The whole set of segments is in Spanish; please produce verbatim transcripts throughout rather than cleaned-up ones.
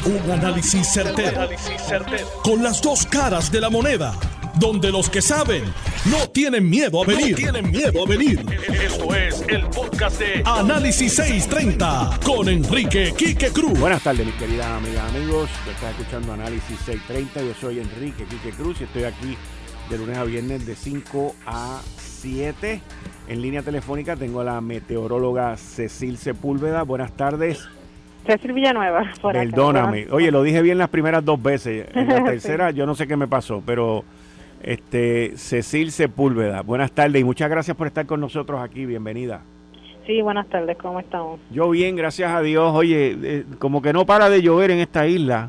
Un análisis certero, con las dos caras de la moneda, donde los que saben no tienen miedo a venir. No tienen miedo a venir. Esto es el podcast de Análisis seiscientos treinta con Enrique Quique Cruz. Buenas tardes, mis queridas amigas, amigos. Tú estás escuchando Análisis seiscientos treinta. Yo soy Enrique Quique Cruz y estoy aquí de lunes a viernes de cinco a siete. En línea telefónica tengo a la meteoróloga Cecil Sepúlveda. Buenas tardes. Cecil Villanueva. Por Perdóname. acá. Oye, lo dije bien las primeras dos veces. En la tercera sí. Yo no sé qué me pasó, pero este Cecil Sepúlveda. Buenas tardes y muchas gracias por estar con nosotros aquí. Bienvenida. Sí, buenas tardes. ¿Cómo estamos? Yo bien, gracias a Dios. Oye, eh, como que no para de llover en esta isla.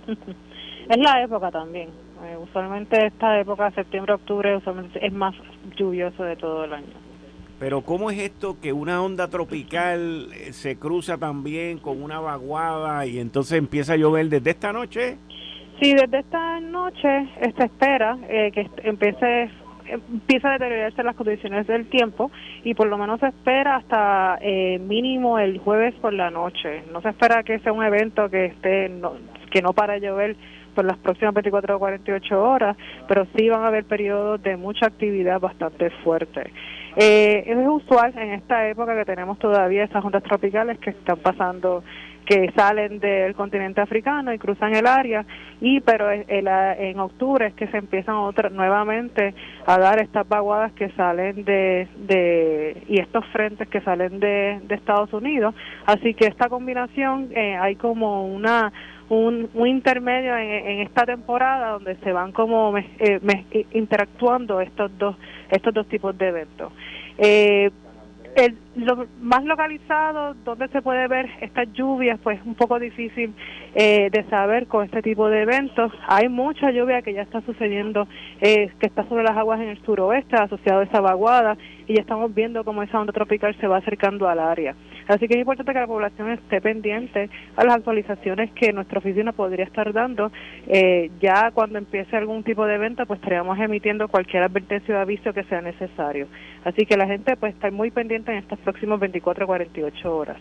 Es la época también. Eh, usualmente esta época, septiembre, octubre, usualmente es más lluvioso de todo el año. Pero ¿cómo es esto que una onda tropical se cruza también con una vaguada y entonces empieza a llover desde esta noche? Sí, desde esta noche se espera eh, que empiece empieza a deteriorarse las condiciones del tiempo y por lo menos se espera hasta eh, mínimo el jueves por la noche. No se espera que sea un evento que esté no, que no para de llover por las próximas veinticuatro o cuarenta y ocho horas, pero sí van a haber periodos de mucha actividad bastante fuerte. Eh, es usual en esta época que tenemos todavía esas ondas tropicales que están pasando, que salen del continente africano y cruzan el área, y pero el, el, en octubre es que se empiezan otra, nuevamente a dar estas vaguadas que salen de, de y estos frentes que salen de, de Estados Unidos, así que esta combinación eh, hay como una Un, un intermedio en, en esta temporada donde se van como me, eh, me, interactuando estos dos estos dos tipos de eventos. Eh, el, lo más localizado donde se puede ver estas lluvias, pues un poco difícil eh, de saber con este tipo de eventos. Hay mucha lluvia que ya está sucediendo, eh, que está sobre las aguas en el suroeste asociado a esa vaguada, y ya estamos viendo cómo esa onda tropical se va acercando al área. Así que es importante que la población esté pendiente a las actualizaciones que nuestra oficina podría estar dando. Eh, ya cuando empiece algún tipo de evento, pues estaríamos emitiendo cualquier advertencia o aviso que sea necesario. Así que la gente pues está muy pendiente en estos próximos veinticuatro a cuarenta y ocho horas.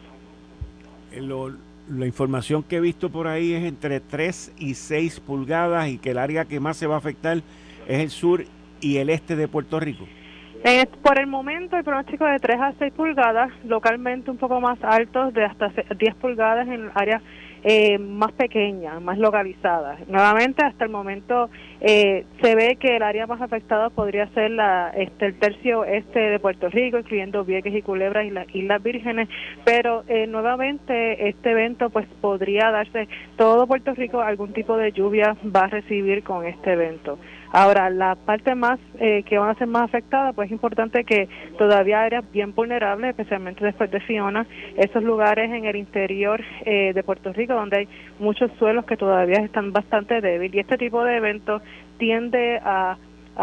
Lo, la información que he visto por ahí es entre tres y seis pulgadas y que el área que más se va a afectar es el sur y el este de Puerto Rico. Eh, por el momento el pronóstico de tres a seis pulgadas, localmente un poco más altos, de hasta diez pulgadas en áreas eh, más pequeñas, más localizadas. Nuevamente, hasta el momento eh, se ve que el área más afectada podría ser la este el tercio este de Puerto Rico, incluyendo Vieques y Culebra y las Islas Vírgenes, pero eh, nuevamente este evento pues podría darse, todo Puerto Rico algún tipo de lluvia va a recibir con este evento. Ahora, la parte más eh, que van a ser más afectadas, pues es importante que todavía áreas bien vulnerables, especialmente después de Fiona, esos lugares en el interior eh, de Puerto Rico donde hay muchos suelos que todavía están bastante débiles, y este tipo de eventos tiende a,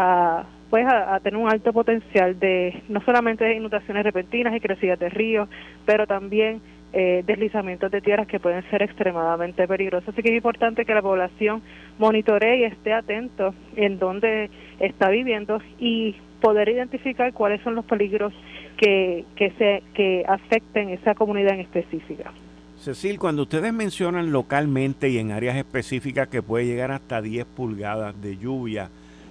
a pues a, a tener un alto potencial de no solamente de inundaciones repentinas y crecidas de ríos, pero también Eh, deslizamientos de tierras que pueden ser extremadamente peligrosos. Así que es importante que la población monitoree y esté atento en dónde está viviendo y poder identificar cuáles son los peligros que, que, se, que afecten esa comunidad en específica. Cecil, cuando ustedes mencionan localmente y en áreas específicas que puede llegar hasta diez pulgadas de lluvia,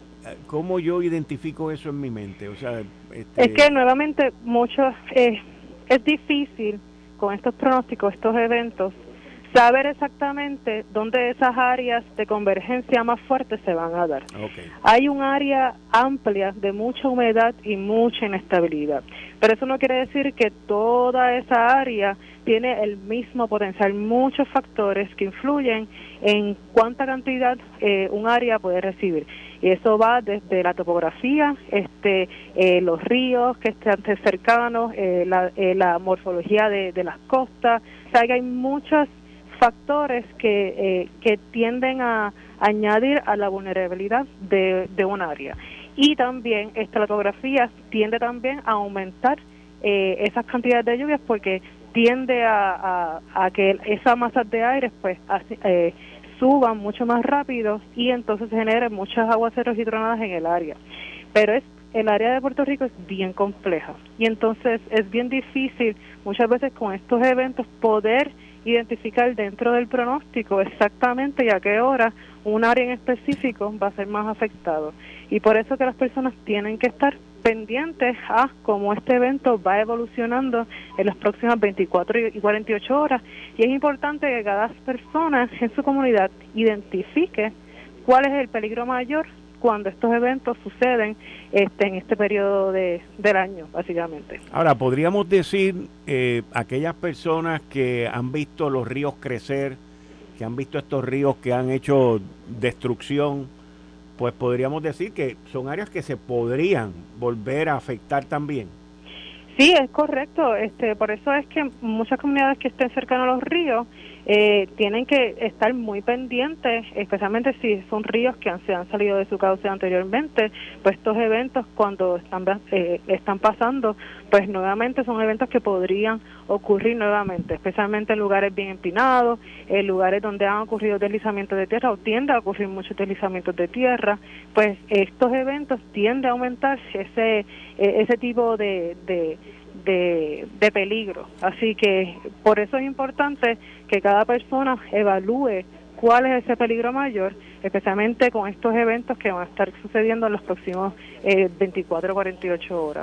¿cómo yo identifico eso en mi mente? O sea, este... Es que nuevamente muchos eh, es difícil con estos pronósticos, estos eventos, saber exactamente dónde esas áreas de convergencia más fuertes se van a dar. Okay. Hay un área amplia de mucha humedad y mucha inestabilidad, pero eso no quiere decir que toda esa área tiene el mismo potencial. Muchos factores que influyen en cuánta cantidad eh, un área puede recibir. Y eso va desde la topografía, este, eh, los ríos que están cercanos, eh, la, eh, la morfología de, de las costas. O sea, que hay muchos factores que, eh, que tienden a añadir a la vulnerabilidad de, de un área. Y también esta la topografía tiende también a aumentar eh, esas cantidades de lluvias porque tiende a, a, a que esas masas de aire pues así, eh, suban mucho más rápido y entonces se generen muchas aguaceros y tronadas en el área. Pero es el área de Puerto Rico es bien compleja y entonces es bien difícil muchas veces con estos eventos poder identificar dentro del pronóstico exactamente y a qué hora un área en específico va a ser más afectado. Y por eso que las personas tienen que estar pendientes a cómo este evento va evolucionando en las próximas veinticuatro y cuarenta y ocho horas. Y es importante que cada persona en su comunidad identifique cuál es el peligro mayor cuando estos eventos suceden este, en este periodo de, del año, básicamente. Ahora, podríamos decir, eh, aquellas personas que han visto los ríos crecer, que han visto estos ríos que han hecho destrucción, pues podríamos decir que son áreas que se podrían volver a afectar también. Sí, es correcto. Este, por eso es que muchas comunidades que estén cercanas a los ríos eh, tienen que estar muy pendientes, especialmente si son ríos que han, se han salido de su cauce anteriormente, pues estos eventos cuando están eh, están pasando, pues nuevamente son eventos que podrían ocurrir nuevamente, especialmente en lugares bien empinados, en lugares donde han ocurrido deslizamientos de tierra o tiende a ocurrir muchos deslizamientos de tierra, pues estos eventos tienden a aumentar ese ese tipo de, de De, de peligro. Así que por eso es importante que cada persona evalúe cuál es ese peligro mayor, especialmente con estos eventos que van a estar sucediendo en los próximos eh, veinticuatro a cuarenta y ocho horas.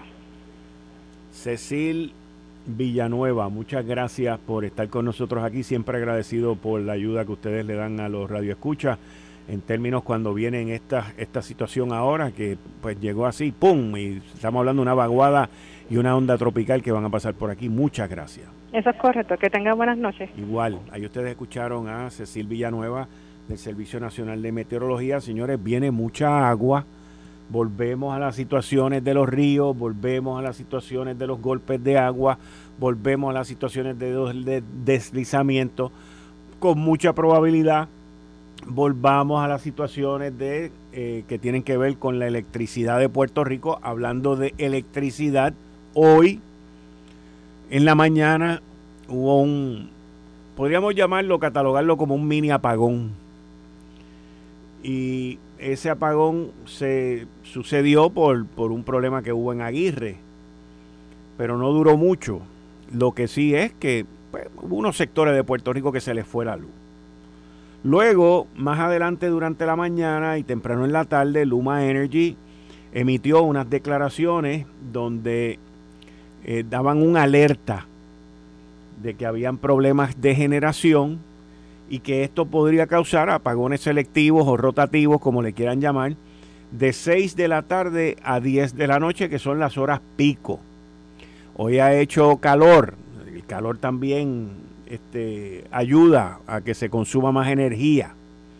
Cecil Villanueva, muchas gracias por estar con nosotros aquí, siempre agradecido por la ayuda que ustedes le dan a los radioescuchas en términos cuando viene esta, esta situación ahora, que pues llegó así, ¡pum! Y estamos hablando de una vaguada y una onda tropical que van a pasar por aquí. Muchas gracias. Eso es correcto. Que tengan buenas noches. Igual, ahí ustedes escucharon a Cecil Villanueva del Servicio Nacional de Meteorología. Señores, viene mucha agua. Volvemos a las situaciones de los ríos, volvemos a las situaciones de los golpes de agua, volvemos a las situaciones de, de deslizamiento. Con mucha probabilidad volvamos a las situaciones de eh, que tienen que ver con la electricidad de Puerto Rico. Hablando de electricidad, hoy en la mañana hubo un, podríamos llamarlo, catalogarlo como un mini apagón. Y ese apagón se sucedió por, por un problema que hubo en Aguirre, pero no duró mucho. Lo que sí es que pues, hubo unos sectores de Puerto Rico que se les fue la luz. Luego, más adelante durante la mañana y temprano en la tarde, Luma Energy emitió unas declaraciones donde eh, daban una alerta de que habían problemas de generación y que esto podría causar apagones selectivos o rotativos, como le quieran llamar, de seis de la tarde a diez de la noche, que son las horas pico. Hoy ha hecho calor, el calor también Este, ayuda a que se consuma más energía.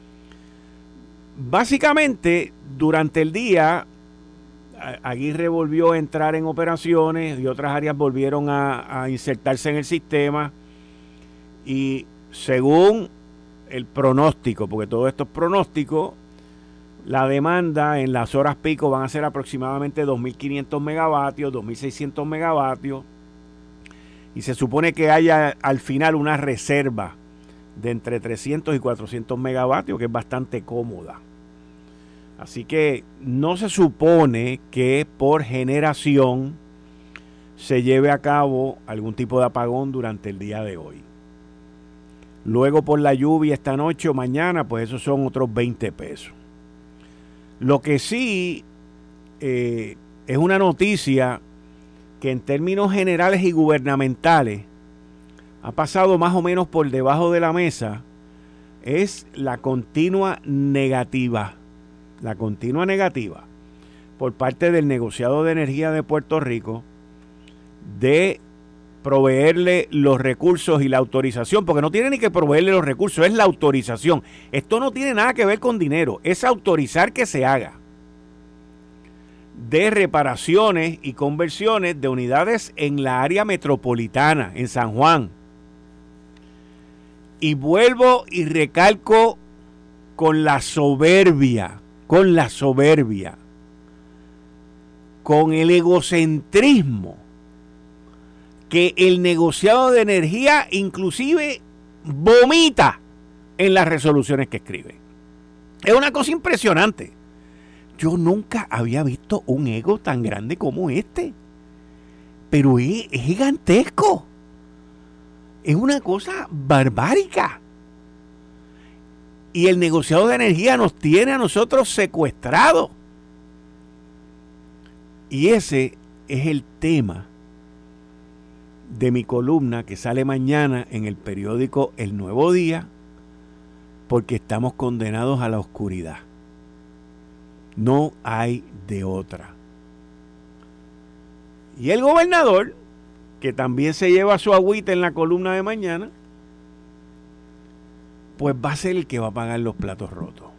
Básicamente, durante el día, Aguirre volvió a entrar en operaciones y otras áreas volvieron a, a insertarse en el sistema. Y según el pronóstico, porque todo esto es pronóstico, la demanda en las horas pico van a ser aproximadamente dos mil quinientos megavatios, dos mil seiscientos megavatios. Y se supone que haya al final una reserva de entre trescientos y cuatrocientos megavatios, que es bastante cómoda. Así que no se supone que por generación se lleve a cabo algún tipo de apagón durante el día de hoy. Luego por la lluvia esta noche o mañana, pues esos son otros veinte pesos. Lo que sí eh, es una noticia que en términos generales y gubernamentales ha pasado más o menos por debajo de la mesa, es la continua negativa, la continua negativa por parte del negociado de energía de Puerto Rico de proveerle los recursos y la autorización, porque no tiene ni que proveerle los recursos, es la autorización. Esto no tiene nada que ver con dinero, es autorizar que se haga de reparaciones y conversiones de unidades en la área metropolitana, en San Juan. Y vuelvo y recalco con la soberbia, con la soberbia, con el egocentrismo que el negociado de energía inclusive vomita en las resoluciones que escribe. Es una cosa impresionante. Yo nunca había visto un ego tan grande como este. Pero es, es gigantesco. Es una cosa barbárica. Y el negociado de energía nos tiene a nosotros secuestrados. Y ese es el tema de mi columna que sale mañana en el periódico El Nuevo Día, porque estamos condenados a la oscuridad. No hay de otra. Y el gobernador, que también se lleva su agüita en la columna de mañana, pues va a ser el que va a pagar los platos rotos.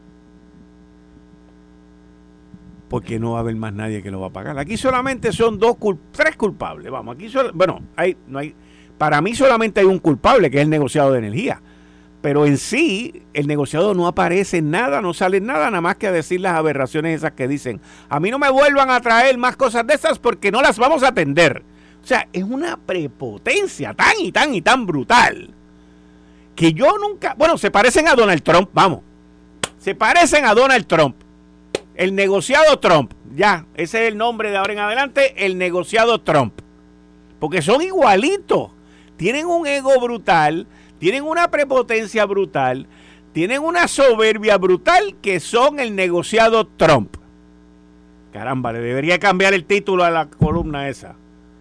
Porque no va a haber más nadie que lo va a pagar. Aquí solamente son dos, cul- tres culpables. Vamos, aquí solo, bueno, hay, no hay, para mí solamente hay un culpable, que es el negociado de energía. Pero en sí, el negociado no aparece en nada, no sale en nada, nada más que a decir las aberraciones esas que dicen: a mí no me vuelvan a traer más cosas de esas porque no las vamos a atender. O sea, es una prepotencia tan y tan y tan brutal que yo nunca... Bueno, se parecen a Donald Trump, vamos. Se parecen a Donald Trump. El negociado Trump. Ya, ese es el nombre de ahora en adelante, el negociado Trump. Porque son igualitos. Tienen un ego brutal, tienen una prepotencia brutal, tienen una soberbia brutal que son el negociado Trump. Caramba, le debería cambiar el título a la columna esa.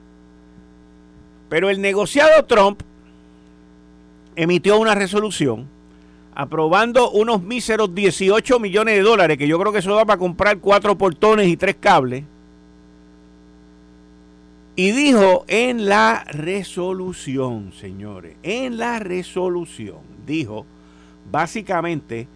Pero el negociado Trump emitió una resolución aprobando unos míseros dieciocho millones de dólares, que yo creo que eso da para comprar cuatro portones y tres cables. Y dijo en la resolución, señores, en la resolución, dijo básicamente,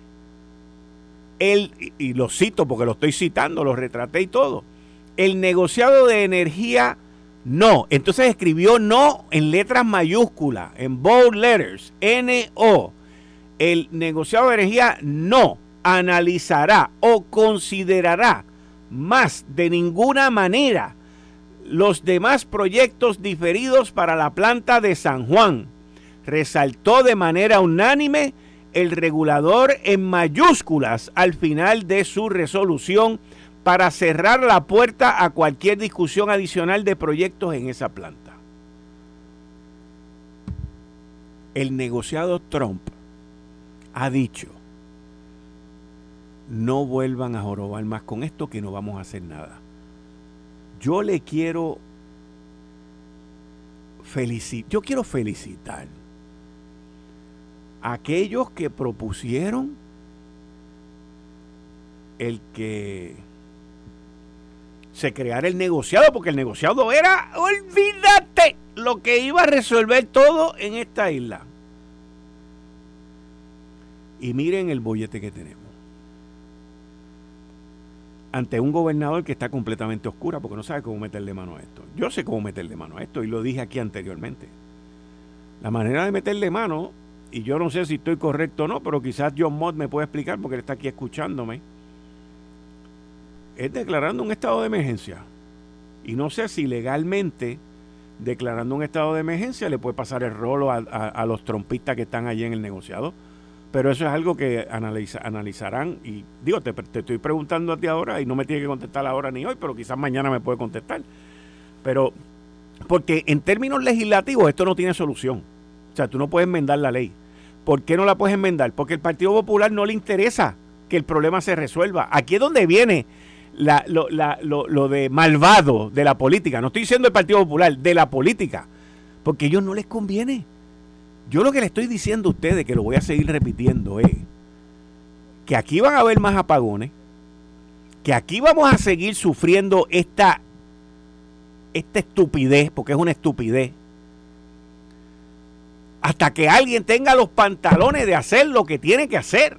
el, y, y lo cito porque lo estoy citando, lo retraté y todo, el negociado de energía no. Entonces escribió no en letras mayúsculas, en bold letters, N O. El negociado de energía no analizará o considerará más de ninguna manera los demás proyectos diferidos para la planta de San Juan. Resaltó de manera unánime el regulador en mayúsculas al final de su resolución para cerrar la puerta a cualquier discusión adicional de proyectos en esa planta. El negociado Trump ha dicho: no vuelvan a jorobar más con esto, que no vamos a hacer nada. Yo le quiero felicitar, yo quiero felicitar a aquellos que propusieron el que se creara el negociado, porque el negociado era, olvídate, lo que iba a resolver todo en esta isla. Y miren el bollete que tenemos ante un gobernador que está completamente oscura porque no sabe cómo meterle mano a esto. Yo sé cómo meterle mano a esto y lo dije aquí anteriormente. La manera de meterle mano, y yo no sé si estoy correcto o no, pero quizás John Mott me puede explicar porque él está aquí escuchándome, es declarando un estado de emergencia. Y no sé si legalmente, declarando un estado de emergencia, le puede pasar el rolo a, a, a los trompistas que están allí en el negociado. Pero eso es algo que analiza, analizarán. Y digo, te, te estoy preguntando a ti ahora y no me tiene que contestar ahora ni hoy, pero quizás mañana me puede contestar. Pero, porque en términos legislativos esto no tiene solución. O sea, tú no puedes enmendar la ley. ¿Por qué no la puedes enmendar? Porque al Partido Popular no le interesa que el problema se resuelva. Aquí es donde viene la, lo, la, lo, lo de malvado de la política. No estoy diciendo el Partido Popular, de la política. Porque a ellos no les conviene. Yo lo que le estoy diciendo a ustedes, que lo voy a seguir repitiendo, es que aquí van a haber más apagones, que aquí vamos a seguir sufriendo esta, esta estupidez, porque es una estupidez, hasta que alguien tenga los pantalones de hacer lo que tiene que hacer.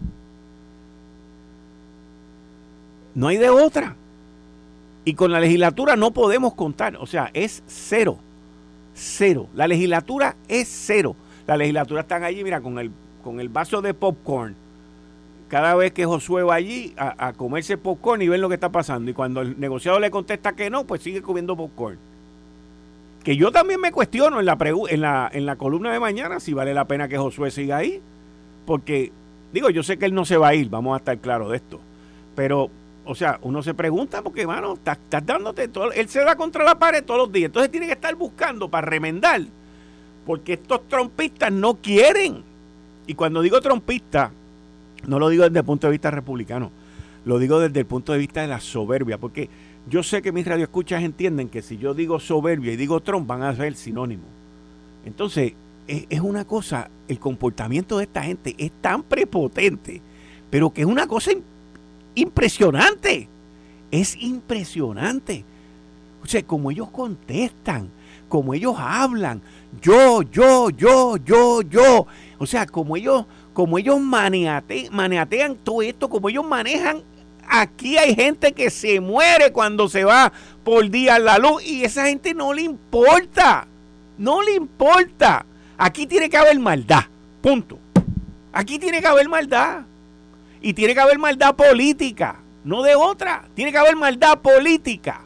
No hay de otra. Y con la legislatura no podemos contar, o sea, es cero. Cero. La legislatura es cero. La legislatura están allí, mira, con el, con el vaso de popcorn. Cada vez que Josué va allí a, a comerse popcorn y ven lo que está pasando. Y cuando el negociado le contesta que no, pues sigue comiendo popcorn. Que yo también me cuestiono en la, pregu- en la, en la columna de mañana si vale la pena que Josué siga ahí. Porque, digo, yo sé que él no se va a ir, vamos a estar claros de esto. Pero, o sea, uno se pregunta porque, mano, estás, estás dándote todo, él se da contra la pared todos los días, entonces tiene que estar buscando para remendar, porque estos trumpistas no quieren. Y cuando digo trumpista, no lo digo desde el punto de vista republicano, lo digo desde el punto de vista de la soberbia, porque yo sé que mis radioescuchas entienden que si yo digo soberbia y digo Trump van a ser sinónimos. Entonces, es, es una cosa, el comportamiento de esta gente es tan prepotente, pero que es una cosa impresionante. Es impresionante. O sea, como ellos contestan, como ellos hablan, yo, yo, yo, yo, yo. O sea, como ellos, como ellos maniate, maniatean todo esto, como ellos manejan. Aquí hay gente que se muere cuando se va por día la luz y esa gente no le importa. No le importa. Aquí tiene que haber maldad. Punto. Aquí tiene que haber maldad. Y tiene que haber maldad política. No de otra. Tiene que haber maldad política.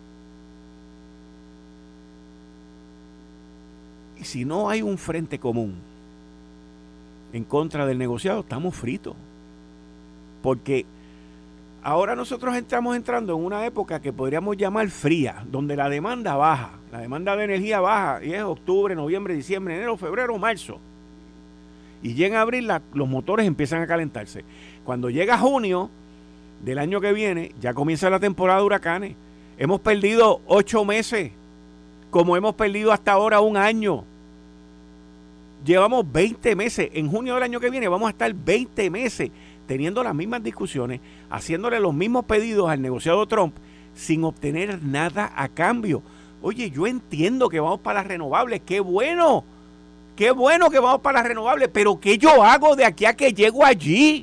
Y si no hay un frente común en contra del negociado, estamos fritos. Porque ahora nosotros estamos entrando en una época que podríamos llamar fría, donde la demanda baja, la demanda de energía baja, y es octubre, noviembre, diciembre, enero, febrero, marzo. Y llega abril, la, los motores empiezan a calentarse. Cuando llega junio del año que viene, ya comienza la temporada de huracanes. Hemos perdido ocho meses, como hemos perdido hasta ahora un año. Llevamos veinte meses. En junio del año que viene vamos a estar veinte meses teniendo las mismas discusiones, haciéndole los mismos pedidos al negociado Trump sin obtener nada a cambio. Oye, yo entiendo que vamos para las renovables, qué bueno, qué bueno que vamos para las renovables, pero ¿qué yo hago de aquí a que llego allí?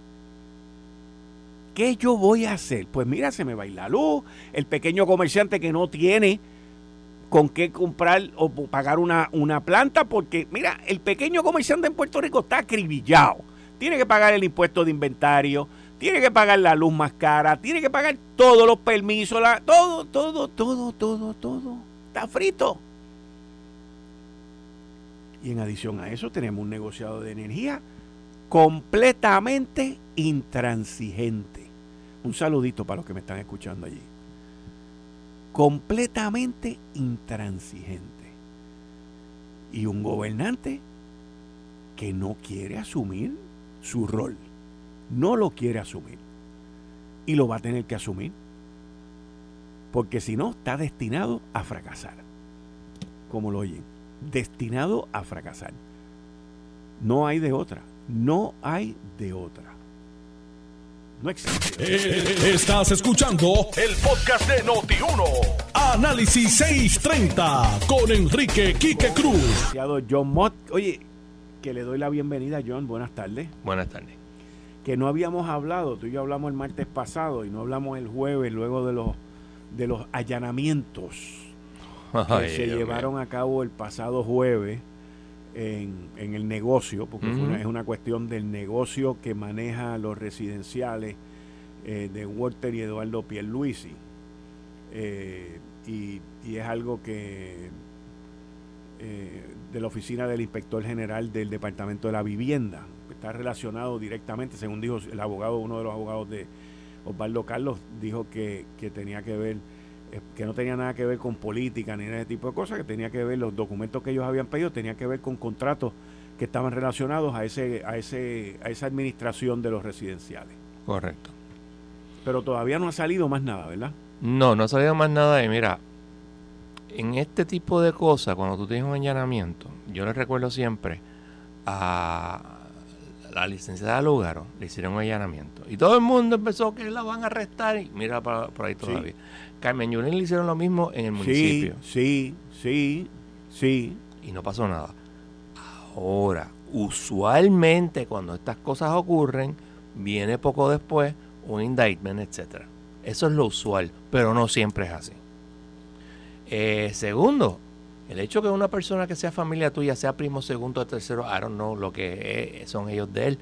¿Qué yo voy a hacer? Pues mira, se me va a ir la luz, el pequeño comerciante que no tiene con qué comprar o pagar una, una planta, porque mira, el pequeño comerciante en Puerto Rico está acribillado. Tiene que pagar el impuesto de inventario, tiene que pagar la luz más cara, tiene que pagar todos los permisos, la, todo, todo, todo, todo, todo. Está frito. Y en adición a eso tenemos un negociado de energía completamente intransigente. Un saludito para los que me están escuchando allí. Completamente intransigente. Y un gobernante que no quiere asumir su rol, no lo quiere asumir y lo va a tener que asumir porque si no está destinado a fracasar, como lo oyen, destinado a fracasar. No hay de otra, no hay de otra, no existe. Eh, estás escuchando el podcast de Noti uno, Análisis seiscientos treinta con Enrique Quique Cruz. John Mott, oye, que le doy la bienvenida, John. Buenas tardes. Buenas tardes. Que no habíamos hablado, tú y yo hablamos el martes pasado y no hablamos el jueves luego de los de los allanamientos Ay, que se Dios llevaron mío. a cabo el pasado jueves en, en el negocio, porque uh-huh. fue una, es una cuestión del negocio que maneja los residenciales eh, de Walter y Eduardo Pierluisi. Eh, y, y es algo que eh, de la oficina del inspector general del Departamento de la Vivienda. Está relacionado directamente, según dijo el abogado, uno de los abogados de Osvaldo Carlos, dijo que, que tenía que ver, que no tenía nada que ver con política ni ese tipo de cosas, que tenía que ver los documentos que ellos habían pedido, tenía que ver con contratos que estaban relacionados a ese, a ese, a esa administración de los residenciales. Correcto. Pero todavía no ha salido más nada, ¿verdad? No, no ha salido más nada. Y mira, en este tipo de cosas, cuando tú tienes un allanamiento, yo les recuerdo siempre a la licenciada Lugaro, le hicieron un allanamiento. Y todo el mundo empezó que la van a arrestar. Y mira por, por ahí todavía. Sí. Carmen Yulín le hicieron lo mismo en el municipio. Sí, sí, sí, sí. Y no pasó nada. Ahora, usualmente cuando estas cosas ocurren, viene poco después un indictment, etcétera. Eso es lo usual, pero no siempre es así. Eh, segundo, el hecho que una persona que sea familia tuya, sea primo, segundo o tercero, I don't know lo que es, son ellos de él.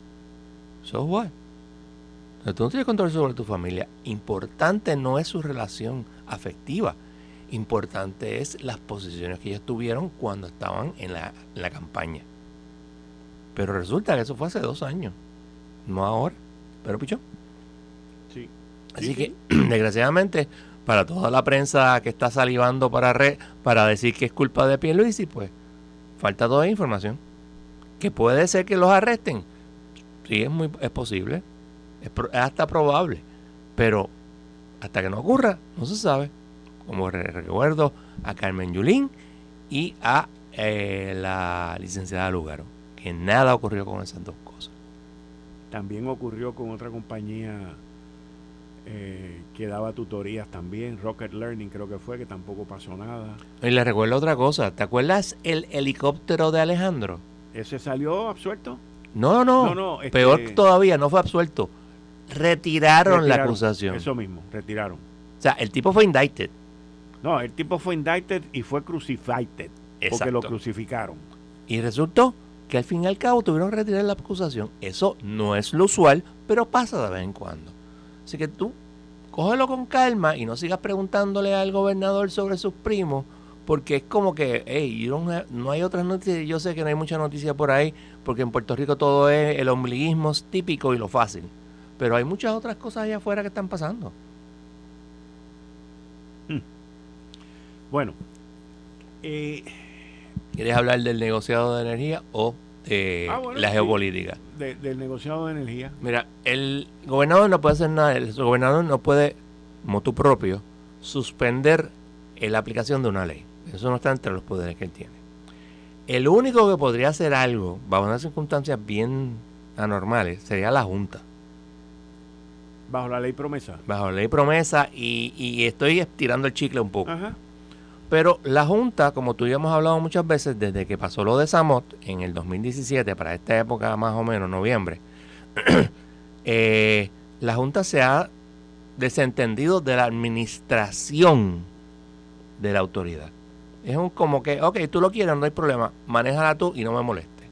So what? Tú no tienes control sobre tu familia. Importante no es su relación afectiva. Importante es las posiciones que ellos tuvieron cuando estaban en la, en la campaña. Pero resulta que eso fue hace dos años. No ahora. Pero pichón. Sí. Así sí, que, sí. desgraciadamente, para toda la prensa que está salivando para re, para decir que es culpa de Pierluisi, pues falta toda la información. Que puede ser que los arresten. Sí, es, muy, es posible. Es, pro, es hasta probable. Pero hasta que no ocurra, no se sabe. Como re, recuerdo a Carmen Yulín y a eh, la licenciada Lugaro. Que nada ocurrió con esas dos cosas. También ocurrió con otra compañía eh, que daba tutorías también, Rocket Learning creo que fue, que tampoco pasó nada. Y le recuerdo otra cosa, ¿te acuerdas el helicóptero de Alejandro? ¿Ese salió absuelto? No, no, no, no este, peor todavía, no fue absuelto. Retiraron, retiraron la acusación. Eso mismo, retiraron. O sea, el tipo fue indicted. No, el tipo fue indicted y fue crucified, porque lo crucificaron. Y resultó que al fin y al cabo tuvieron que retirar la acusación. Eso no es lo usual, pero pasa de vez en cuando. Así que tú, cógelo con calma y no sigas preguntándole al gobernador sobre sus primos, porque es como que, hey, have, no hay otras noticias. Yo sé que no hay mucha noticia por ahí, porque en Puerto Rico todo es el ombliguismo típico y lo fácil. Pero hay muchas otras cosas allá afuera que están pasando. Hmm. Bueno, eh... ¿quieres hablar del negociado de energía o de ah, bueno, la geopolítica? Sí, de, del negociado de energía. Mira, el gobernador no puede hacer nada. El gobernador no puede, motu propio, suspender la aplicación de una ley. Eso no está entre los poderes que él tiene. El único que podría hacer algo, bajo unas circunstancias bien anormales, sería la Junta. ¿Bajo la ley promesa? Bajo la ley promesa y, y estoy estirando el chicle un poco. Ajá. Pero la Junta, como tú y yo hemos hablado muchas veces, desde que pasó lo de Samot en el dos mil diecisiete, para esta época más o menos, noviembre, eh, la Junta se ha desentendido de la administración de la autoridad. Es un como que, ok, tú lo quieres, no hay problema, manéjala tú y no me moleste.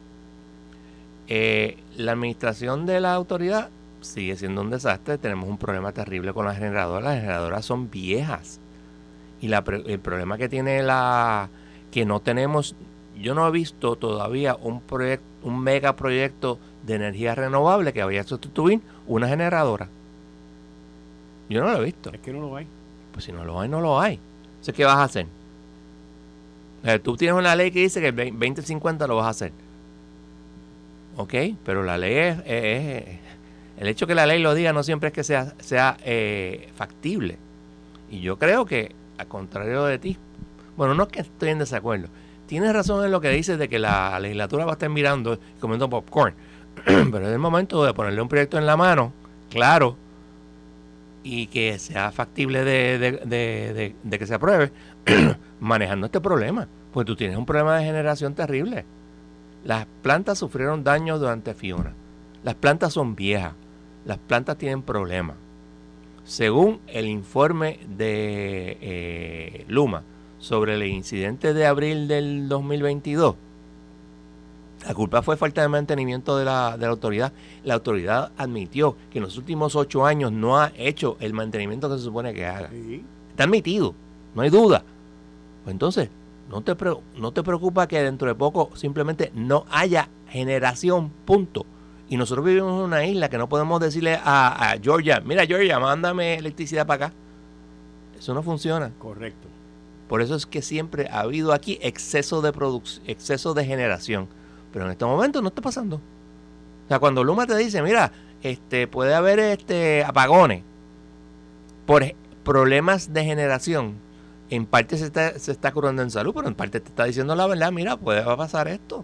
Eh, la administración de la autoridad sigue siendo un desastre. Tenemos un problema terrible con las generadoras. Las generadoras son viejas. Y la, el problema que tiene la que no tenemos, yo no he visto todavía un proyecto, un megaproyecto de energía renovable que vaya a sustituir una generadora. Yo no lo he visto. Es que no lo hay. Pues si no lo hay, no lo hay. Entonces, ¿qué vas a hacer? O sea, tú tienes una ley que dice que el veinte cincuenta lo vas a hacer. Ok, pero la ley es, es, es el hecho que la ley lo diga no siempre es que sea, sea eh, factible. Y yo creo que al contrario de ti, bueno, no es que estoy en desacuerdo, tienes razón en lo que dices de que la legislatura va a estar mirando y comiendo popcorn, pero es el momento de ponerle un proyecto en la mano, claro, y que sea factible de, de, de, de, de que se apruebe, manejando este problema, pues tú tienes un problema de generación terrible. Las plantas sufrieron daños durante Fiona, las plantas son viejas, las plantas tienen problemas. Según el informe de eh, Luma sobre el incidente de abril del dos mil veintidós, la culpa fue falta de mantenimiento de la, de la autoridad. La autoridad admitió que en los últimos ocho años no ha hecho el mantenimiento que se supone que haga. Sí. Está admitido, no hay duda. Pues entonces, no te, pre, no te preocupa que dentro de poco simplemente no haya generación, punto. Y nosotros vivimos en una isla que no podemos decirle a, a Georgia, mira Georgia, mándame electricidad para acá. Eso no funciona. Correcto. Por eso es que siempre ha habido aquí exceso de producción, exceso de generación. Pero en este momento no está pasando. O sea, cuando Luma te dice, mira, este, puede haber este apagones por problemas de generación, en parte se está, se está curando en salud, pero en parte te está diciendo la verdad, mira, puede pasar esto.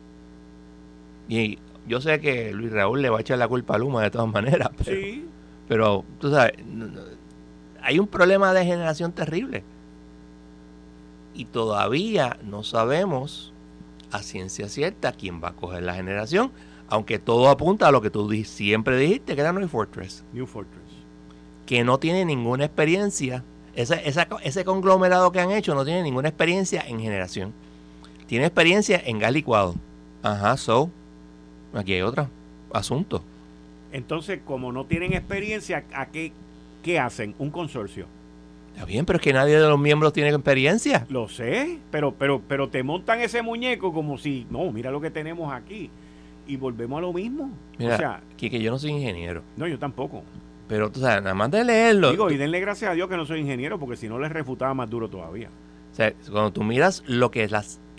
Y yo sé que Luis Raúl le va a echar la culpa a Luma de todas maneras, pero, sí. pero tú sabes, hay un problema de generación terrible. Y todavía no sabemos a ciencia cierta quién va a coger la generación, aunque todo apunta a lo que tú di- siempre dijiste, que era New Fortress. New Fortress. Que no tiene ninguna experiencia. Esa, esa, ese conglomerado que han hecho no tiene ninguna experiencia en generación. Tiene experiencia en gas licuado. Ajá, so... Aquí hay otro asunto. Entonces, como no tienen experiencia, ¿a qué, qué hacen? Un consorcio. Está bien, pero es que nadie de los miembros tiene experiencia. Lo sé, pero, pero, pero te montan ese muñeco como si, no, mira lo que tenemos aquí. Y volvemos a lo mismo. Mira, o sea, que, que yo no soy ingeniero. No, yo tampoco. Pero tú sabes, nada más de leerlo. Digo, tú, y denle gracias a Dios que no soy ingeniero, porque si no les refutaba más duro todavía. O sea, cuando tú miras lo que las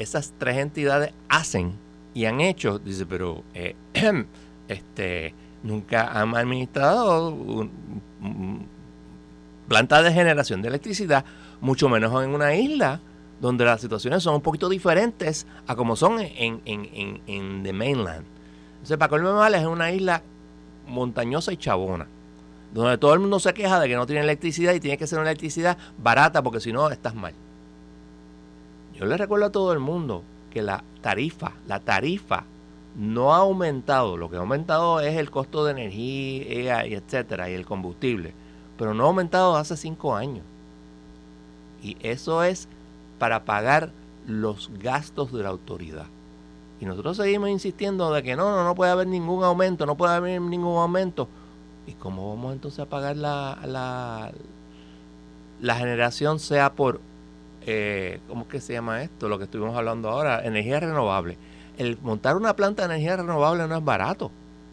esas tres entidades hacen y han hecho, dice, pero eh, este nunca han administrado un, un, plantas de generación de electricidad, mucho menos en una isla donde las situaciones son un poquito diferentes a como son en, en, en, en the mainland. Entonces, para colmo de males, es una isla montañosa y chabona, donde todo el mundo se queja de que no tiene electricidad y tiene que ser una electricidad barata porque si no estás mal. Yo le recuerdo a todo el mundo que la tarifa, la tarifa no ha aumentado. Lo que ha aumentado es el costo de energía, y etcétera, y el combustible, pero no ha aumentado hace cinco años. Y eso es para pagar los gastos de la autoridad. Y nosotros seguimos insistiendo de que no, no, no puede haber ningún aumento, no puede haber ningún aumento. ¿Y cómo vamos entonces a pagar la, la, la generación, sea por, eh, ¿cómo es que se llama esto? Lo que estuvimos hablando ahora, energía renovable. El montar una planta de energía renovable no es barato.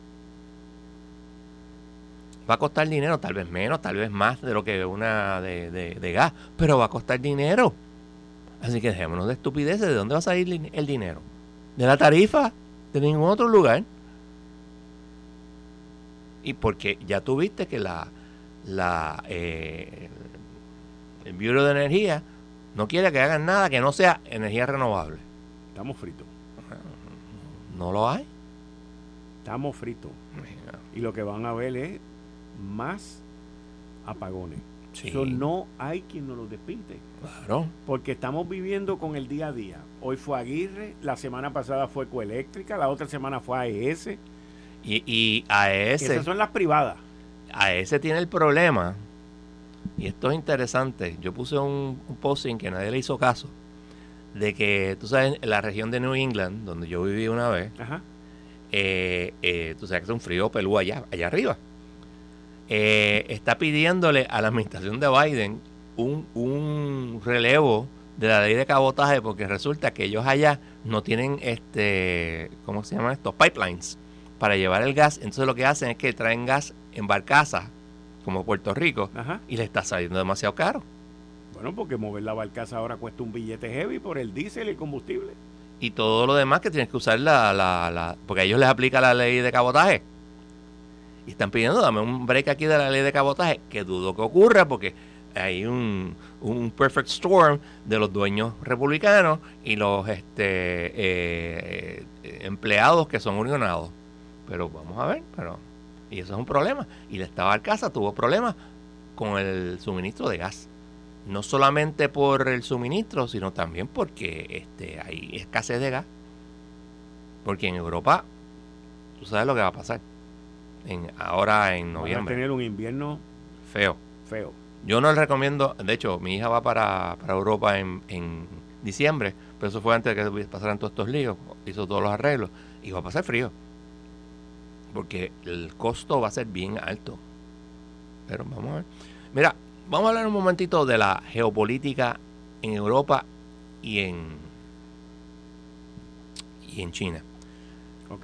Va a costar dinero, tal vez menos, tal vez más de lo que una de, de, de gas, pero va a costar dinero. Así que dejémonos de estupideces. ¿De dónde va a salir el dinero? ¿De la tarifa? ¿De ningún otro lugar? Y porque ya tuviste que la, la eh, el Bureau de Energía no quiere que hagan nada que no sea energía renovable. Estamos fritos. ¿No lo hay? Estamos fritos. Y lo que van a ver es más apagones. Sí. Eso no hay quien nos lo despinte. Claro. Porque estamos viviendo con el día a día. Hoy fue Aguirre, la semana pasada fue Coeléctrica, la otra semana fue A E S. Y, y A E S... Esas son las privadas. A E S tiene el problema, y esto es interesante. Yo puse un, un posting que nadie le hizo caso, de que, tú sabes, en la región de New England, donde yo viví una vez, Ajá. Eh, eh, tú sabes que es un frío pelú allá, allá arriba. Eh, está pidiéndole a la administración de Biden un, un relevo de la ley de cabotaje, porque resulta que ellos allá no tienen, este, ¿cómo se llama esto? Pipelines para llevar el gas. Entonces lo que hacen es que traen gas en barcazas, como Puerto Rico, Ajá. y le está saliendo demasiado caro. Bueno, porque mover la barcaza ahora cuesta un billete heavy por el diésel y el combustible. Y todo lo demás que tienes que usar la, la, la porque a ellos les aplica la ley de cabotaje. Y están pidiendo, dame un break aquí de la ley de cabotaje, que dudo que ocurra porque hay un, un perfect storm de los dueños republicanos y los este eh, empleados que son unionados. Pero vamos a ver, pero y eso es un problema. Y el Estado de Arkansas tuvo problemas con el suministro de gas. No solamente por el suministro, sino también porque este hay escasez de gas. Porque en Europa, tú sabes lo que va a pasar. En, ahora en noviembre. Van a tener un invierno feo. Feo. Yo no le recomiendo, de hecho, mi hija va para, para Europa en, en diciembre, pero eso fue antes de que pasaran todos estos líos, hizo todos los arreglos, y va a pasar frío. Porque el costo va a ser bien alto. Pero vamos a ver. Mira, vamos a hablar un momentito de la geopolítica en Europa y en y en China. Ok.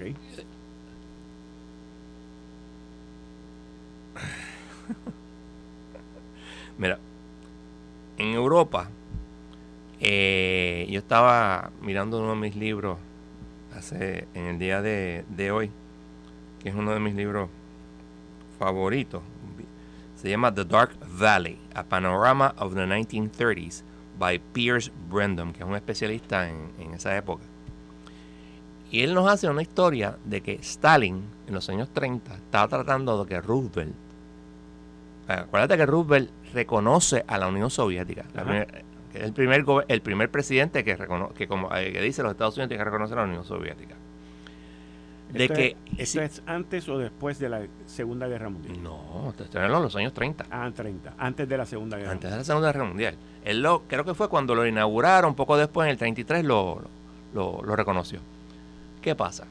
Mira, en Europa, eh, yo estaba mirando uno de mis libros hace en el día de, de hoy, que es uno de mis libros favoritos. Se llama The Dark Valley, A Panorama of the nineteen thirties by Piers Brandom, que es un especialista en, en esa época. Y él nos hace una historia de que Stalin, en los años treinta, estaba tratando de que Roosevelt, acuérdate que Roosevelt reconoce a la Unión Soviética, la primer, que es el primer el primer presidente que recono, que como eh, que dice los Estados Unidos tienen que reconocer a la Unión Soviética. De ¿Esto, que es, ¿Esto es antes o después de la Segunda Guerra Mundial? No, te estoy hablando de los años treinta. Ah, treinta. Antes de la Segunda Guerra Antes Mundial. de la Segunda Guerra Mundial. Él lo, creo que fue cuando lo inauguraron, poco después, en el treinta y tres, lo, lo, lo reconoció. ¿Qué pasa?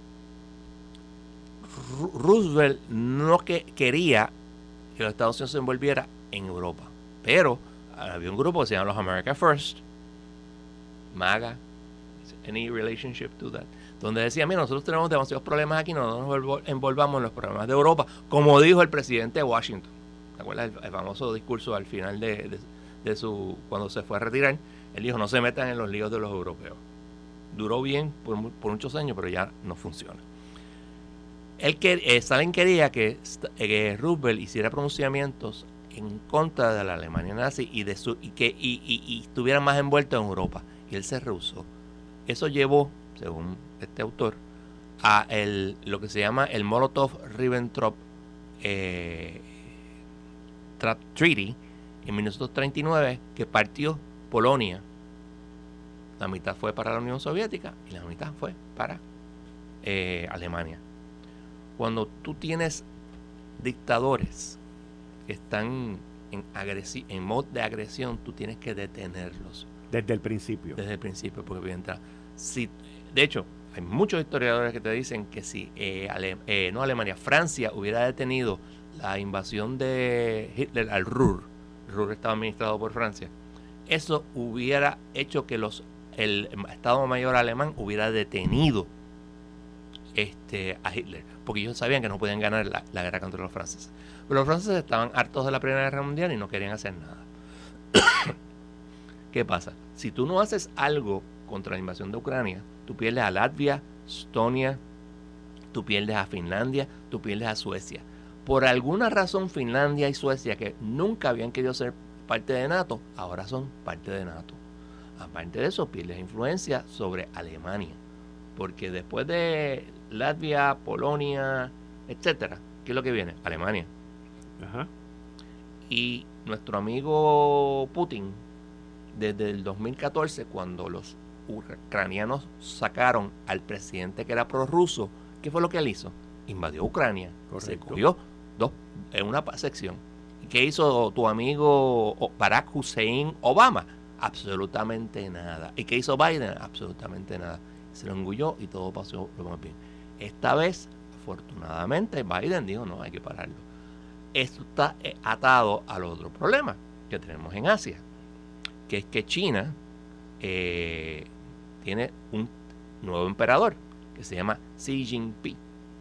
R- Roosevelt no que, quería que los Estados Unidos se envolviera en Europa. Pero había un grupo que se llama los America First, MAGA, any relationship to that, donde decía, mira, nosotros tenemos demasiados problemas aquí, no nos envolvamos en los problemas de Europa, como dijo el presidente de Washington. ¿Te acuerdas el, el famoso discurso al final de, de, de su, cuando se fue a retirar? Él dijo, no se metan en los líos de los europeos. duró bien por, por muchos años, pero ya no funciona. Él que, eh, Stalin quería que, que Roosevelt hiciera pronunciamientos en contra de la Alemania nazi y de su y que y, y, y estuviera más envuelto en Europa, y él se rehusó. Eso llevó, según este autor, a el, lo que se llama el Molotov-Ribbentrop eh, Treaty en mil novecientos treinta y nueve, que partió Polonia. La mitad fue para la Unión Soviética y la mitad fue para eh, Alemania. Cuando tú tienes dictadores que están en, agresi- en modo de agresión, tú tienes que detenerlos. Desde el principio. Desde el principio, porque mientras, si, de hecho, hay muchos historiadores que te dicen que si eh, Ale, eh, no Alemania, Francia hubiera detenido la invasión de Hitler al Ruhr, el Ruhr estaba administrado por Francia, eso hubiera hecho que los el Estado Mayor alemán hubiera detenido este, a Hitler, porque ellos sabían que no podían ganar la, la guerra contra los franceses. Pero los franceses estaban hartos de la Primera Guerra Mundial y no querían hacer nada. ¿Qué pasa? Si tú no haces algo contra la invasión de Ucrania, tú pierdes a Latvia, Estonia, tú pierdes a Finlandia, tú pierdes a Suecia. Por alguna razón, Finlandia y Suecia, que nunca habían querido ser parte de NATO, ahora son parte de NATO. Aparte de eso, pierdes influencia sobre Alemania, porque después de Latvia, Polonia, etcétera, ¿qué es lo que viene? Alemania. Ajá. Y nuestro amigo Putin, desde el dos mil catorce, cuando los ucranianos sacaron al presidente que era prorruso, ¿qué fue lo que él hizo? Invadió Ucrania. Correcto. Se cogió dos en una sección. ¿Qué hizo tu amigo Barack Hussein Obama? Absolutamente nada. ¿Y qué hizo Biden? Absolutamente nada. Se lo engulló y todo pasó lo más bien. Esta vez, afortunadamente, Biden dijo, no, hay que pararlo. Esto está atado al otro problema que tenemos en Asia, que es que China eh, tiene un nuevo emperador que se llama Xi Jinping.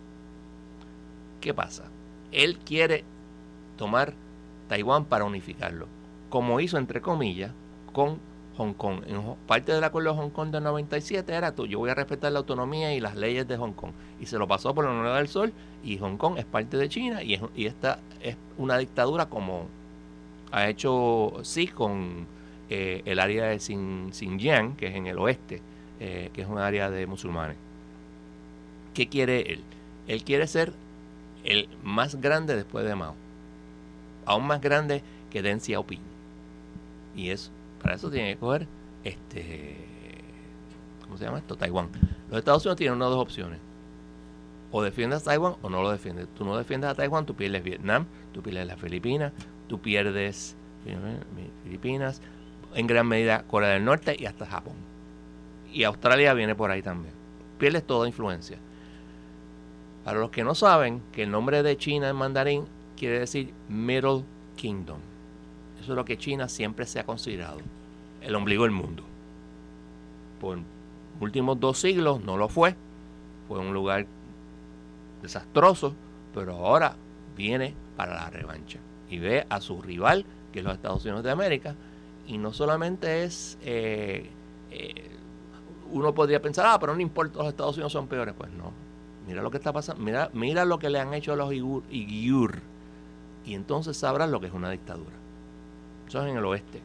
¿Qué pasa? Él quiere tomar Taiwán para unificarlo, como hizo, entre comillas, con Hong Kong. En parte del acuerdo de Hong Kong del noventa y siete era tú, yo voy a respetar la autonomía y las leyes de Hong Kong, y se lo pasó por la moneda del sol, y Hong Kong es parte de China, y, es, y esta es una dictadura como ha hecho Xi con eh, el área de Xin, Xinjiang, que es en el oeste, eh, que es un área de musulmanes. ¿Qué quiere él? Él quiere ser el más grande después de Mao, aún más grande que Deng Xiaoping, y eso para eso tiene que coger este ¿cómo se llama esto? Taiwán. Los Estados Unidos tienen una de dos opciones: o defiendes a Taiwán o no lo defiendes. Tú no defiendes a Taiwán, tú pierdes Vietnam, tú pierdes las Filipinas, tú pierdes Filipinas, en gran medida Corea del Norte y hasta Japón, y Australia viene por ahí también. Pierdes toda influencia. Para los que no saben, que el nombre de China en mandarín quiere decir Middle Kingdom. Eso es lo que China siempre se ha considerado, el ombligo del mundo. Por últimos dos siglos no lo fue, fue un lugar desastroso, pero ahora viene para la revancha y ve a su rival, que es los Estados Unidos de América, y no solamente es, eh, eh, uno podría pensar, ah, pero no importa, los Estados Unidos son peores. Pues no, mira lo que está pasando, mira, mira lo que le han hecho a los Uigur, Uigur y entonces sabrás lo que es una dictadura. Eso es en el oeste.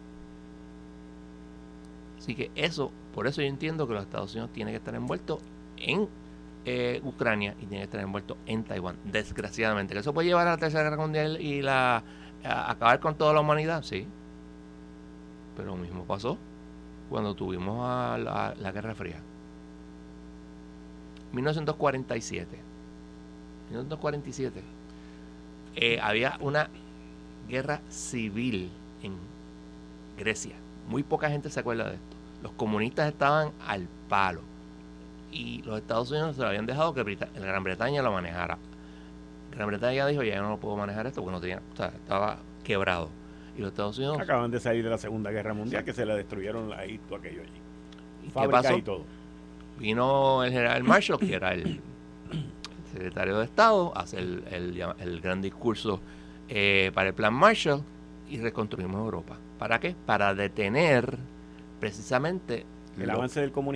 Así que eso, por eso yo entiendo que los Estados Unidos tienen que estar envueltos en eh, Ucrania y tienen que estar envueltos en Taiwán, desgraciadamente. ¿Que eso puede llevar a la Tercera Guerra Mundial y la a acabar con toda la humanidad? Sí. Pero lo mismo pasó cuando tuvimos a la, la Guerra Fría. mil novecientos cuarenta y siete. mil novecientos cuarenta y siete. Eh, había una guerra civil en Grecia. Muy poca gente se acuerda de esto. Los comunistas estaban al palo y los Estados Unidos se lo habían dejado que Brit- Gran Bretaña lo manejara. Gran Bretaña dijo, ya yo no puedo manejar esto porque no tenía, o sea, estaba quebrado. Y los Estados Unidos acaban de salir de la Segunda Guerra Mundial, que se le destruyeron ahí todo aquello allí. ¿Y fábricas qué pasó? Y todo. Vino el general Marshall, que era el secretario de Estado, hace el, el, el gran discurso eh, para el plan Marshall, y reconstruimos Europa. ¿Para qué? Para detener precisamente el lo, avance del comunismo.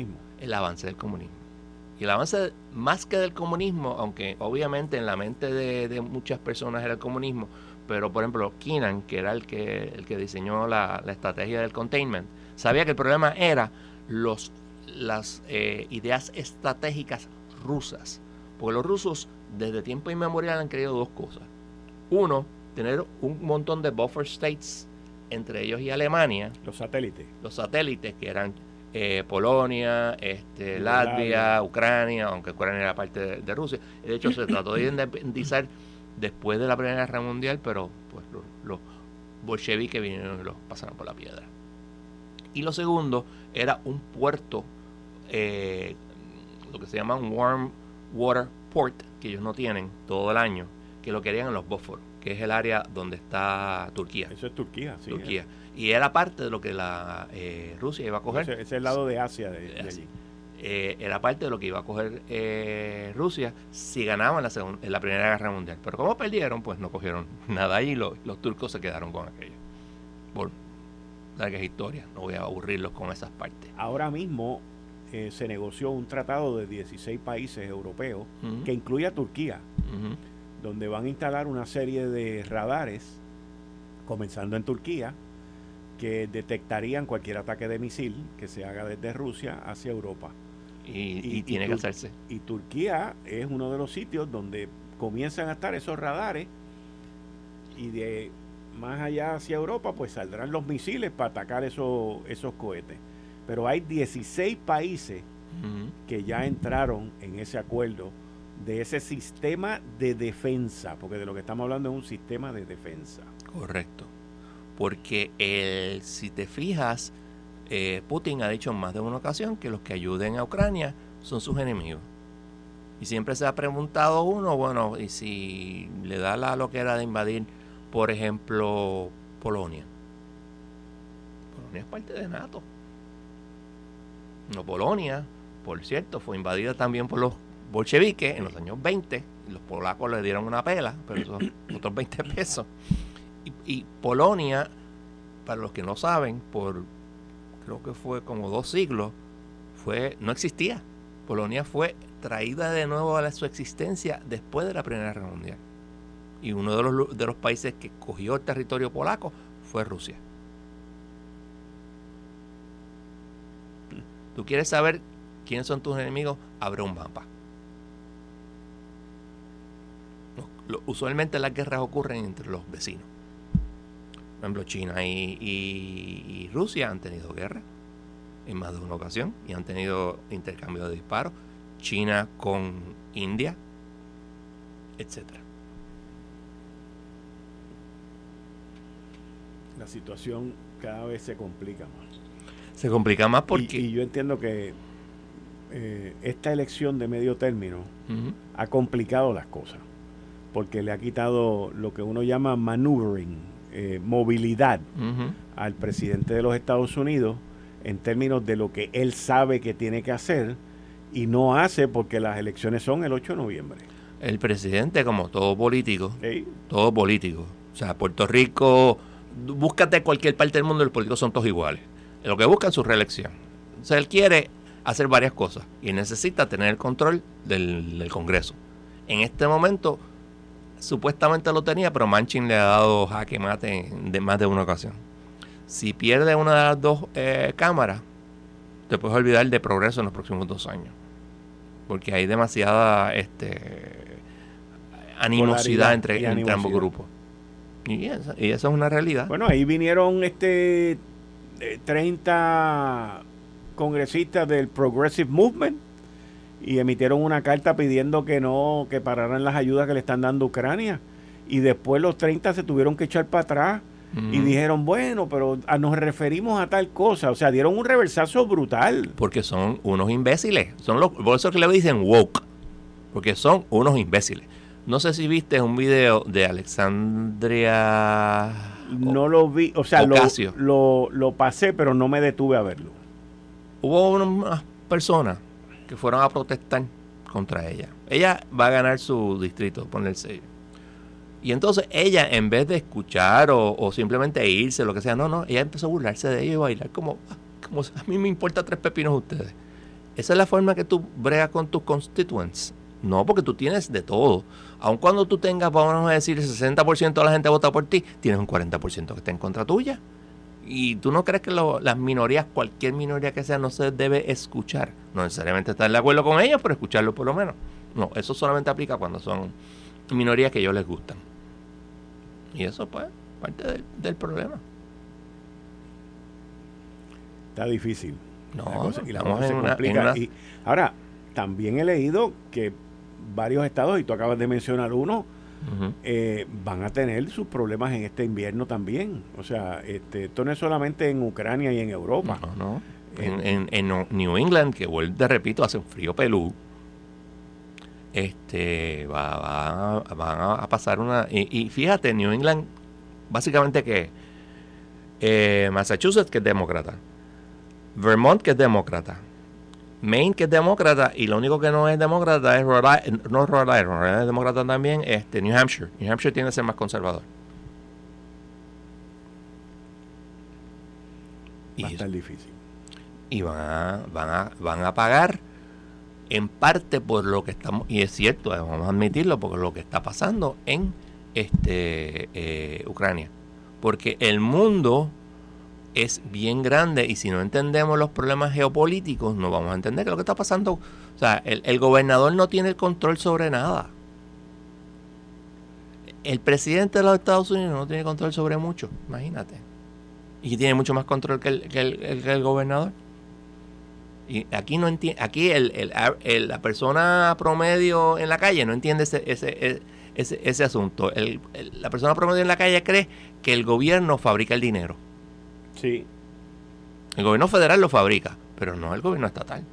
el avance del comunismo. Y el avance más que del comunismo, aunque obviamente en la mente de, de muchas personas era el comunismo, pero por ejemplo Kennan, que era el que, el que diseñó la, la estrategia del containment, sabía que el problema era los, las eh, ideas estratégicas rusas. Porque los rusos desde tiempo inmemorial han querido dos cosas. Uno, tener un montón de buffer states entre ellos y Alemania. Los satélites. Los satélites que eran eh, Polonia, este, Latvia, Ucrania, aunque Ucrania era parte de, de Rusia. De hecho, se trató de independizar después de la Primera Guerra Mundial, pero pues los, los bolcheviques vinieron y los pasaron por la piedra. Y lo segundo era un puerto, eh, lo que se llama un warm water port, que ellos no tienen todo el año, que lo querían en los Bósforos, que es el área donde está Turquía. Eso es Turquía, sí. Turquía. Eh. Y era parte de lo que la eh, Rusia iba a coger. Ese, ese es el lado de Asia, de, de allí. Eh, era parte de lo que iba a coger eh, Rusia si ganaban la, segun- en la Primera Guerra Mundial. Pero como perdieron, pues no cogieron nada ahí y lo, los turcos se quedaron con aquello. Por largas historias, no voy a aburrirlos con esas partes. Ahora mismo eh, se negoció un tratado de dieciséis países europeos Uh-huh. que incluye a Turquía, Uh-huh. donde van a instalar una serie de radares, comenzando en Turquía, que detectarían cualquier ataque de misil que se haga desde Rusia hacia Europa. Y, y, Y- tiene y que Tur- hacerse. Y Turquía es uno de los sitios donde comienzan a estar esos radares, y de más allá hacia Europa pues saldrán los misiles para atacar esos, esos cohetes. Pero hay dieciséis países Uh-huh. que ya entraron en ese acuerdo de ese sistema de defensa, porque de lo que estamos hablando es un sistema de defensa. Correcto. Porque el, si te fijas, eh, Putin ha dicho en más de una ocasión que los que ayuden a Ucrania son sus enemigos. Y siempre se ha preguntado uno, bueno, y si le da la loquera de invadir, por ejemplo, Polonia. Polonia es parte de NATO. No, Polonia, por cierto, fue invadida también por los bolcheviques en los años veinte. Y los polacos le dieron una pela, pero esos otros veinte pesos. Y, y Polonia, para los que no saben, por creo que fue como dos siglos, fue no existía. Polonia fue traída de nuevo a la, su existencia después de la Primera Guerra Mundial. Y uno de los, de los países que cogió el territorio polaco fue Rusia. ¿Tú quieres saber quiénes son tus enemigos? Abre un mapa. Lo, lo, usualmente las guerras ocurren entre los vecinos. Por ejemplo, China y, y, y Rusia han tenido guerra en más de una ocasión y han tenido intercambio de disparos. China con India, etcétera. La situación cada vez se complica más. Se complica más porque... Y, y yo entiendo que eh, esta elección de medio término Uh-huh. ha complicado las cosas, porque le ha quitado lo que uno llama maneuvering, eh, movilidad Uh-huh. al presidente de los Estados Unidos en términos de lo que él sabe que tiene que hacer y no hace, porque las elecciones son el ocho de noviembre. El presidente, como todo político, ¿Sí? todo político, o sea, Puerto Rico, búscate cualquier parte del mundo, los políticos son todos iguales. Lo que buscan es su reelección. O sea, él quiere hacer varias cosas y necesita tener el control del, del Congreso. En este momento, supuestamente lo tenía, pero Manchin le ha dado jaque mate de más de una ocasión. Si pierde una de las dos eh, cámaras, te puedes olvidar de progreso en los próximos dos años. Porque hay demasiada este, animosidad entre, entre ambos grupos. Y esa, y esa es una realidad. Bueno, ahí vinieron este eh, treinta congresistas del Progressive Movement y emitieron una carta pidiendo que no, que pararan las ayudas que le están dando a Ucrania. Y después los treinta se tuvieron que echar para atrás uh-huh. y dijeron, bueno, pero a, nos referimos a tal cosa. O sea, dieron un reversazo brutal. Porque son unos imbéciles. Son los, por eso que le dicen woke. Porque son unos imbéciles. No sé si viste un video de Alexandria... No lo vi, o sea, lo, lo, lo pasé, pero no me detuve a verlo. Hubo unas personas que fueron a protestar contra ella. Ella va a ganar su distrito, ponle el sello. Y entonces ella, en vez de escuchar o, o simplemente irse, lo que sea, no, no, ella empezó a burlarse de ellos y bailar como, como a mí me importa tres pepinos ustedes. Esa es la forma que tú bregas con tus constituents. No, porque tú tienes de todo. Aun cuando tú tengas, vamos a decir, el sesenta por ciento de la gente vota por ti, tienes un cuarenta por ciento que está en contra tuya. Y tú no crees que lo, las minorías, cualquier minoría que sea, no se debe escuchar. No necesariamente estar de acuerdo con ellos, pero escucharlo por lo menos. No, eso solamente aplica cuando son minorías que a ellos les gustan. Y eso, pues, parte del, del problema. Está difícil. No, la cosa, y la estamos cosa se en una- complica. en una- Y ahora, también he leído que varios estados, y tú acabas de mencionar uno, Ujú. eh, van a tener sus problemas en este invierno también. O sea, este, esto no es solamente en Ucrania y en Europa. No, no. Eh, En, en, en New England, que vuelvo, te repito, hace un frío pelú. Este, va, va, van a, a pasar una... Y, y fíjate, New England, básicamente que eh, Massachusetts, que es demócrata, Vermont, que es demócrata, Maine, que es demócrata, y lo único que no es demócrata es Rhode Island, no Rhode Island, Rhode Island es demócrata también, este, New Hampshire. New Hampshire tiene que ser más conservador. Va a Y, estar difícil. y van a, van a, van a pagar en parte por lo que estamos, y es cierto, vamos a admitirlo, por lo que está pasando en este eh, Ucrania. Porque el mundo es bien grande y si no entendemos los problemas geopolíticos, no vamos a entender qué es lo que está pasando. O sea, el, el gobernador no tiene el control sobre nada. El presidente de los Estados Unidos no tiene control sobre mucho, imagínate. Y tiene mucho más control que el, que el, el- que el gobernador. Y aquí no entiende, aquí el, el- el- la persona promedio en la calle no entiende ese, ese, ese, ese asunto. El- el- la persona promedio en la calle cree que el gobierno fabrica el dinero. Sí. El gobierno federal lo fabrica, pero no el gobierno estatal.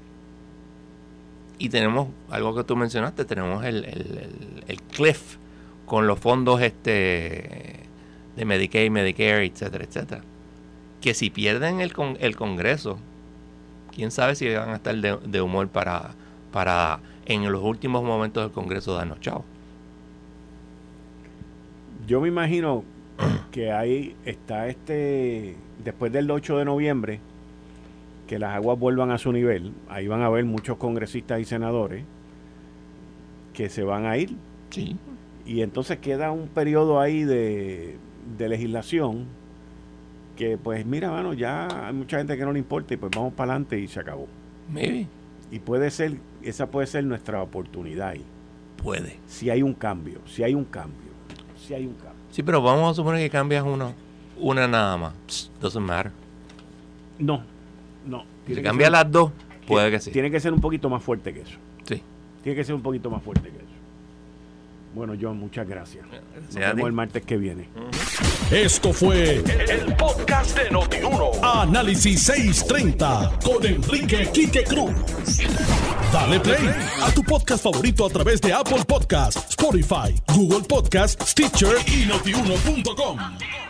Y tenemos algo que tú mencionaste, tenemos el, el, el, el cliff con los fondos este de Medicaid, Medicare, etcétera, etcétera. Que si pierden el, con, el Congreso, quién sabe si van a estar de, de humor para, para en los últimos momentos del Congreso darnos chao. Yo me imagino que ahí está este, después del ocho de noviembre, que las aguas vuelvan a su nivel. Ahí van a haber muchos congresistas y senadores que se van a ir. Sí. Y entonces queda un periodo ahí de, de legislación que pues mira, mano, ya hay mucha gente que no le importa y pues vamos para adelante y se acabó. Maybe. Y puede ser, esa puede ser nuestra oportunidad ahí. Puede. Si hay un cambio, si hay un cambio, si hay un cambio. Sí, pero vamos a suponer que cambias uno, una nada más. Psst, doesn't matter. No, no. Si Tiene que cambia ser- las dos, puede que sí. Tiene que ser un poquito más fuerte que eso. Sí. Tiene que ser un poquito más fuerte que eso. Bueno, John, muchas gracias. Nos Gracias a ti. vemos el martes que viene. Esto fue el podcast de Notiuno. Análisis seiscientos treinta con Enrique Quique Cruz. Dale play a tu podcast favorito a través de Apple Podcasts, Spotify, Google Podcasts, Stitcher y notiuno punto com.